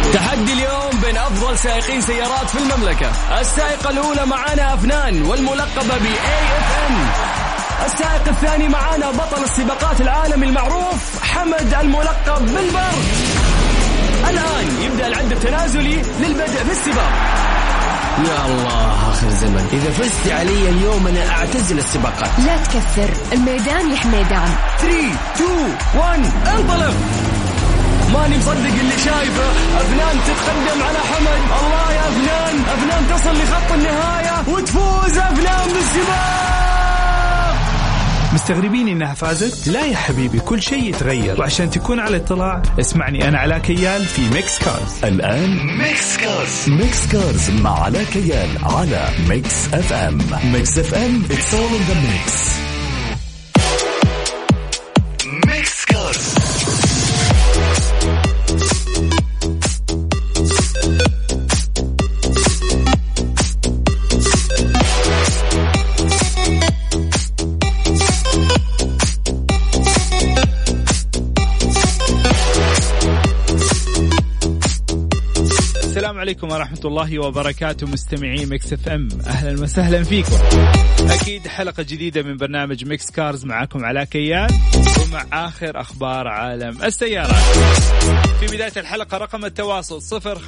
تحدي اليوم بين أفضل سائقين سيارات في المملكة. السائقة الأولى معانا أفنان والملقبة ب-AFN. السائق الثاني معانا بطل السباقات العالمي المعروف حمد الملقب بالبر. الآن يبدأ العد التنازلي للبدء في السباق. يا الله آخر زمن، إذا فزت علي اليوم أنا أعتزل السباقات. لا تكثر، الميدان يا حميدان. 3 2 1 انطلق. ماني مصدق اللي شايفه. أفنان تتقدم على حمد. الله يا أفنان، أفنان تصل لخط النهاية وتفوز أفنان بالسباق. مستغربين إنها فازت؟ لا يا حبيبي، كل شيء يتغير، وعشان تكون على اطلاع اسمعني أنا علاء كيال في ميكس كارز. الآن ميكس كارز مع علاء كيال على ميكس اف ام. ميكس اف ام it's all in the mix. ميكس كارز. السلام عليكم ورحمة الله وبركاته مستمعين ميكس اف ام، أهلا وسهلا فيكم. أكيد حلقة جديدة من برنامج ميكس كارز، معكم علاء كيال ومع آخر أخبار عالم السيارات. في بداية الحلقة رقم التواصل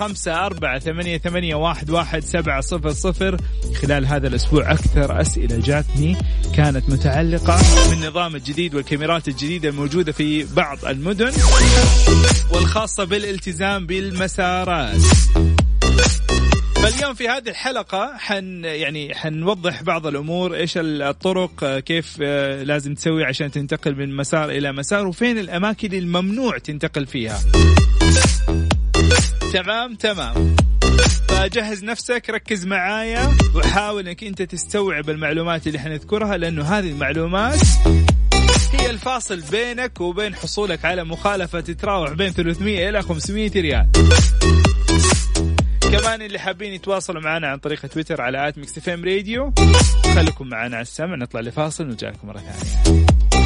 0548811700. خلال هذا الأسبوع أكثر أسئلة جاتني كانت متعلقة بالنظام الجديد والكاميرات الجديدة الموجودة في بعض المدن والخاصة بالالتزام بالمسارات. فاليوم في هذه الحلقة حنوضح بعض الأمور، إيش الطرق، كيف لازم تسوي عشان تنتقل من مسار إلى مسار، وفين الأماكن الممنوع تنتقل فيها. تمام. فجهز نفسك، ركز معايا وحاول انك انت تستوعب المعلومات اللي حنذكرها، لأنه هذه المعلومات هي الفاصل بينك وبين حصولك على مخالفة تتراوح بين 300 إلى 500 ريال. كمان اللي حابين يتواصلوا معنا عن طريق تويتر على @mixfmradio. خليكم معنا على السمع، نطلع لفاصل ونرجعكم مرة ثانية.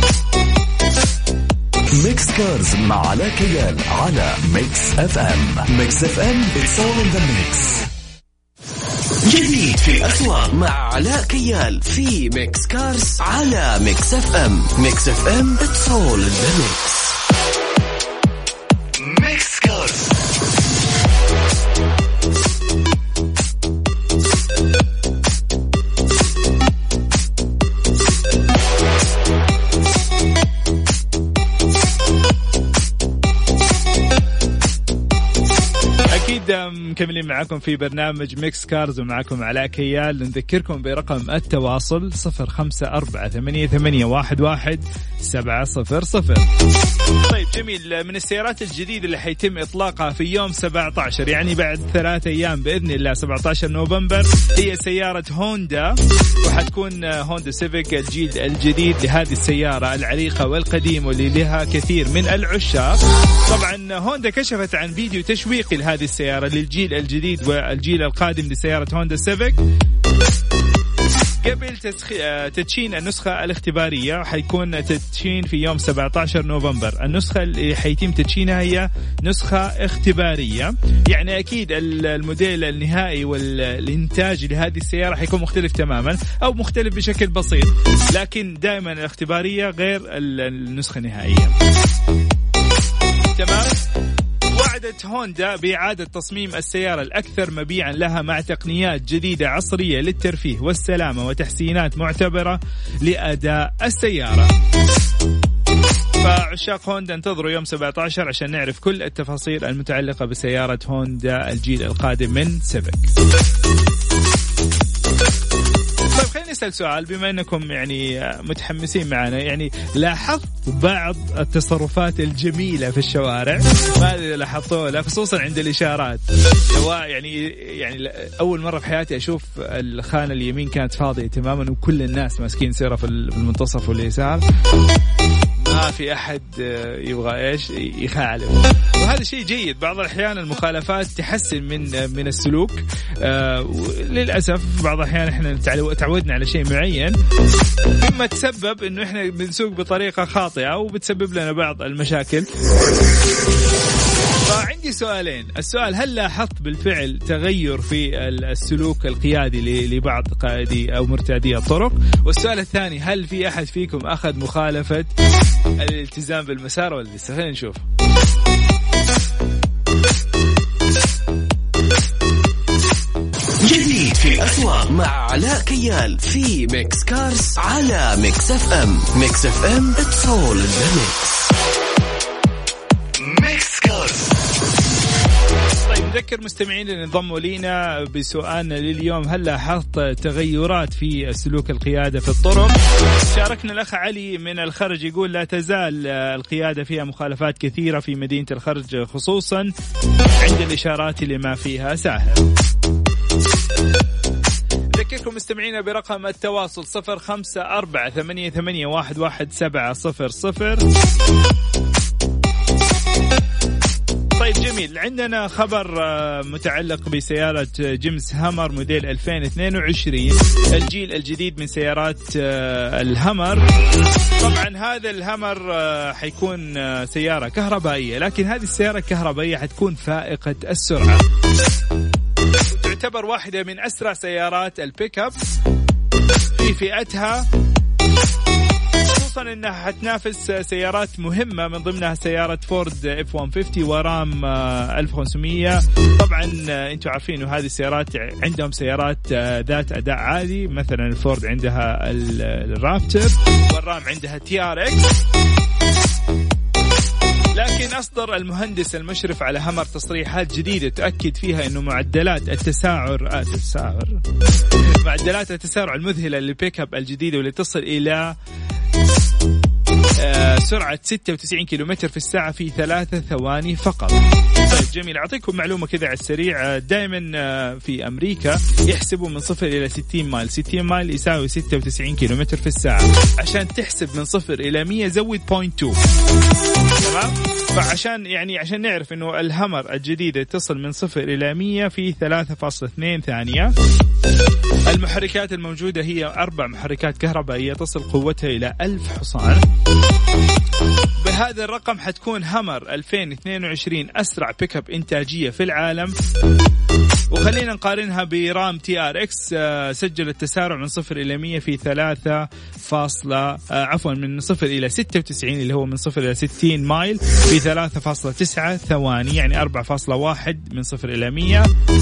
ميكس كارز مع علاء كيال على ميكس اف ام. ميكس اف ام it's all in the mix. جديد في الأسواق مع علاء كيال في ميكس كارز على ميكس اف ام. ميكس اف ام it's all in the mix. ميكس كارز. مكملين معكم في برنامج ميكس كارز ومعكم علاء كيال. نذكركم برقم التواصل 0548811700. طيب جميل. من السيارات الجديدة اللي حيتم إطلاقها في يوم 17، يعني بعد 3 أيام بإذن الله 17 نوفمبر، هي سيارة هوندا، وحتكون هوندا سيفيك الجيل الجديد لهذه السيارة العريقة والقديمة واللي لها كثير من العشاق. طبعا هوندا كشفت عن فيديو تشويقي لهذه السيارة للجيل الجديد والجيل القادم لسيارة هوندا سيفيك قبل تدشين النسخة الاختبارية، وحيكون تدشين في يوم 17 نوفمبر. النسخة اللي حيتم تدشينها هي نسخة اختبارية، يعني أكيد الموديل النهائي والإنتاج لهذه السيارة حيكون مختلف تماما أو مختلف بشكل بسيط، لكن دائما الاختبارية غير النسخة النهائية. تمام. وعدت هوندا بإعادة تصميم السيارة الأكثر مبيعا لها مع تقنيات جديدة عصرية للترفيه والسلامة وتحسينات معتبرة لأداء السيارة. فعشاق هوندا انتظروا يوم 17 عشان نعرف كل التفاصيل المتعلقة بسيارة هوندا الجيل القادم من سيفيك. طيب خليني نسأل سؤال، بما أنكم يعني متحمسين معنا، يعني لاحظت بعض التصرفات الجميلة في الشوارع، ما أدري لاحظتوها، لا خصوصا عند الإشارات. يعني أول مرة في حياتي أشوف الخانة اليمين كانت فاضية تماما وكل الناس ماسكين سيرة في المنتصف واليسار، ما في أحد يبغى إيش يخالف، وهذا شيء جيد. بعض الأحيان المخالفات تحسن من السلوك. للأسف بعض الأحيان إحنا تعودنا على شيء معين، إما تسبب إنه إحنا بنسوق بطريقة خاطئة وبتسبب لنا بعض المشاكل. فعندي سؤالين. السؤال: هل لاحظت بالفعل تغير في السلوك القيادي لبعض قائدي أو مرتادي الطرق؟ والسؤال الثاني: هل في أحد فيكم أخذ مخالفة الالتزام بالمسار ولا لسه؟ خلينا نشوف. جديد في الأسواق مع علاء كيال في ميكس كارز على ميكس اف ام. ميكس اف ام it's all in the mix. ميكس كارز. طيب نذكر مستمعين اللي انضموا لينا بسؤالنا لليوم: هل لاحظت تغيرات في سلوك القيادة في الطرق؟ شاركنا الأخ علي من الخرج يقول: لا تزال القيادة فيها مخالفات كثيرة في مدينة الخرج، خصوصا عند الإشارات اللي ما فيها ساحر. ذكركم مستمعينا برقم التواصل 0548811700. طيب جميل، عندنا خبر متعلق بسيارة جيمس هامر موديل 2022 الجيل الجديد من سيارات الهامر. طبعا هذا الهامر حيكون سيارة كهربائية، لكن هذه السيارة الكهربائية حتكون فائقة السرعة، تعتبر واحدة من أسرع سيارات البيك اب في فئتها، خصوصا أنها حتنافس سيارات مهمة من ضمنها سيارة فورد F-150 ورام 1500. طبعا أنتم عارفين أنه هذه السيارات عندهم سيارات ذات أداء عالي، مثلا الفورد عندها الرابتر والرام عندها TRX. لكن أصدر المهندس المشرف على هامر تصريحات جديدة تؤكد فيها أنه معدلات التسارع المذهلة للبيك اب الجديدة واللي تصل إلى سرعة 96 كيلومتر في الساعة في 3 ثواني فقط. طيب جميل، أعطيكم معلومة كذا على السريع. دائما في أمريكا يحسبوا من 0 إلى 60 مايل. 60 مايل يساوي 96 كيلومتر في الساعة. عشان تحسب من 0 إلى 100 زود 0.2. تمام؟ فعشان عشان نعرف إنه الهامر الجديدة تصل من 0 إلى 100 في 3.2 ثانية. المحركات الموجودة هي 4 محركات كهربائية تصل قوتها إلى 1000 حصان. بهذا الرقم حتكون هامر 2022 أسرع بيك اب إنتاجية في العالم. وخلينا نقارنها برام TRX سجل التسارع من 0 إلى 100 في من 0 إلى 96 اللي هو من 0 إلى 60 مايل في 3.9 ثواني، يعني 4.1 من 0 إلى 100.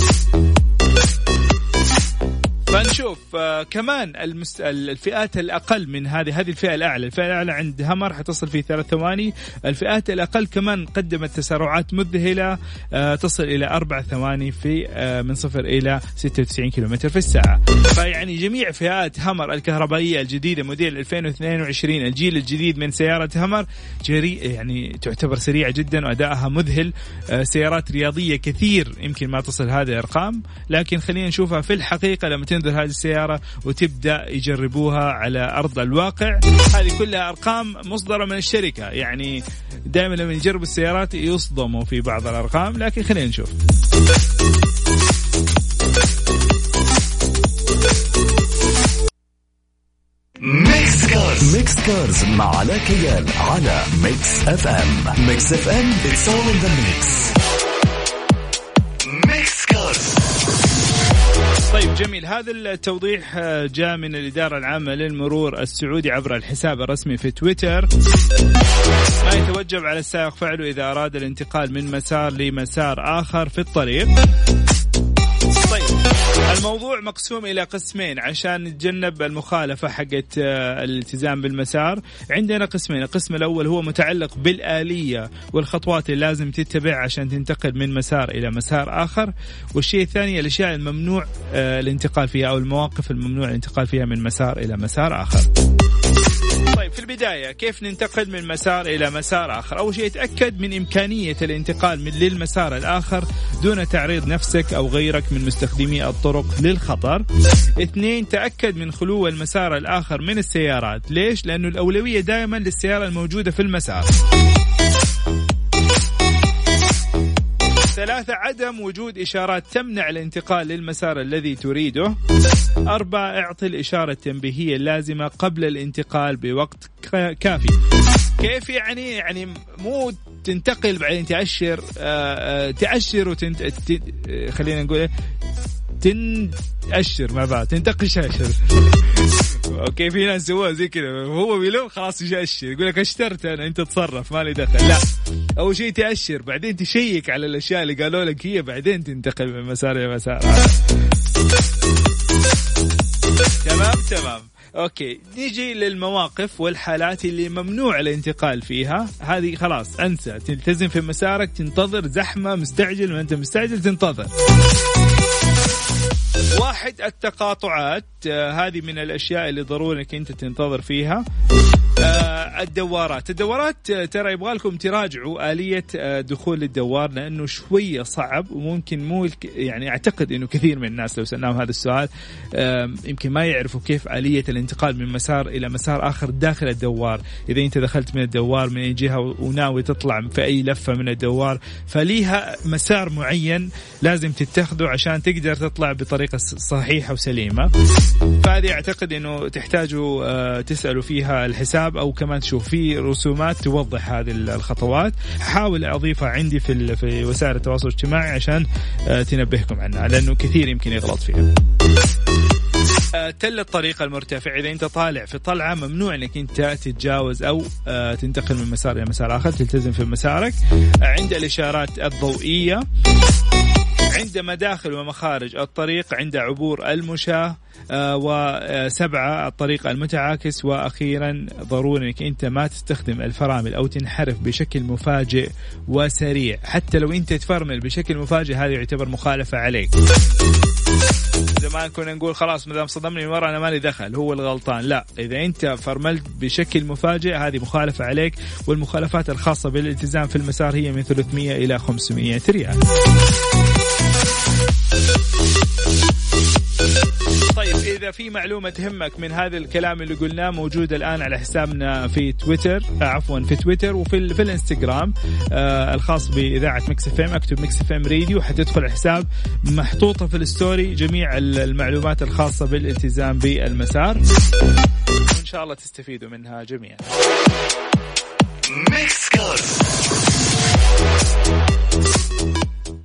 فنشوف كمان الفئات الأقل من هذه الفئة الأعلى. الفئة الأعلى عند هامر حتصل في 3 ثواني. الفئات الأقل كمان قدمت تسارعات مذهلة تصل إلى 4 ثواني في من 0 إلى 96 كيلومتر في الساعة. فيعني جميع فئات هامر الكهربائية الجديدة موديل 2022 الجيل الجديد من سيارة هامر يعني تعتبر سريعة جدا وأدائها مذهل. سيارات رياضية كثير يمكن ما تصل هذه الأرقام، لكن خلينا نشوفها في الحقيقة لما تنزل هذه السيارة وتبدأ يجربوها على أرض الواقع. هذه كلها أرقام مصدرة من الشركة، يعني دائما لما يجربوا السيارات يصدموا في بعض الأرقام، لكن خلينا نشوف. ميكس كارز مع علاء كيال على ميكس اف ام. ميكس اف ام it's all in the mix. ميكس كارز. طيب جميل، هذا التوضيح جاء من الإدارة العامة للمرور السعودي عبر الحساب الرسمي في تويتر. ما يتوجب على السائق فعله إذا أراد الانتقال من مسار لمسار آخر في الطريق. طيب الموضوع مقسوم إلى قسمين عشان نتجنب المخالفة حقت الالتزام بالمسار. عندنا قسمين. القسم الأول هو متعلق بالآلية والخطوات اللي لازم تتبع عشان تنتقل من مسار إلى مسار آخر، والشيء الثاني الأشياء الممنوع الانتقال فيها أو المواقف الممنوع الانتقال فيها من مسار إلى مسار آخر. طيب في البداية كيف ننتقل من مسار إلى مسار آخر؟ أول شيء تأكد من إمكانية الانتقال للمسار الآخر دون تعريض نفسك أو غيرك من مستخدمي الطرق للخطر. 2 تأكد من خلو المسار الآخر من السيارات. ليش؟ لأنه الأولوية دائما للسيارة الموجودة في المسار. 3 عدم وجود إشارات تمنع الانتقال للمسار الذي تريده. 4 اعطي الإشارة التنبيهية اللازمة قبل الانتقال بوقت كافي. كيف يعني مو تنتقل بعدين تأشر خلينا نقول تنأشر مع بعض، تنتقل شاشر. اوكي في ناس سووها زي كذا، هو بيلو خلاص يأشر يقول لك اشترت انا، انت تصرف مالي دخل. لا، اول شيء تأشر، بعدين تشيك على الاشياء اللي قالوا لك هي، بعدين تنتقل من مسار الى مسار. تمام. اوكي نيجي للمواقف والحالات اللي ممنوع الانتقال فيها. هذه خلاص انسى، تلتزم في مسارك، تنتظر زحمة، مستعجل، ما انت مستعجل تنتظر. 1 التقاطعات، هذه من الأشياء اللي ضروري انك انت تنتظر فيها. الدوارات ترى يبغالكم تراجعوا آلية دخول الدوار، لأنه شوية صعب وممكن مو يعني أعتقد إنه كثير من الناس لو سألناهم هذا السؤال يمكن ما يعرفوا كيف آلية الانتقال من مسار إلى مسار آخر داخل الدوار. إذا أنت دخلت من الدوار من أي جهة وناوي تطلع في أي لفة من الدوار، فليها مسار معين لازم تتخذه عشان تقدر تطلع بطريقة صحيحة وسليمة. فهذه أعتقد إنه تحتاجوا تسألوا فيها الحساب، أو كمان تشوف في رسومات توضح هذه الخطوات. حاول أضيفها عندي في وسائل التواصل الاجتماعي عشان تنبهكم عنها، لأنه كثير يمكن يغلط فيها. تل الطريق المرتفع، إذا أنت طالع في طلعة ممنوع أنك أنت تتجاوز أو تنتقل من مسار إلى مسار آخر، تلتزم في مسارك. عند الإشارات الضوئية، عند مداخل ومخارج الطريق، عند عبور المشاة، 7 الطريق المتعاكس. وأخيرا ضروري أنك أنت ما تستخدم الفرامل أو تنحرف بشكل مفاجئ وسريع. حتى لو أنت تفرمل بشكل مفاجئ هذا يعتبر مخالفة عليك. زمان كنا نقول خلاص مدام صدمني مرة أنا مالي دخل، هو الغلطان. لا، إذا أنت فرملت بشكل مفاجئ هذه مخالفة عليك. والمخالفات الخاصة بالالتزام في المسار هي من 300 إلى 500 ريال. طيب إذا في معلومة تهمك من هذا الكلام اللي قلناه، موجود الآن على حسابنا في تويتر، في تويتر وفي الانستغرام الخاص بإذاعة ميكس اف ام. اكتب ميكس اف ام راديو حتدخل الحساب، محطوطة في الستوري جميع المعلومات الخاصة بالالتزام بالمسار، وإن شاء الله تستفيدوا منها جميعا. ميكس كارز.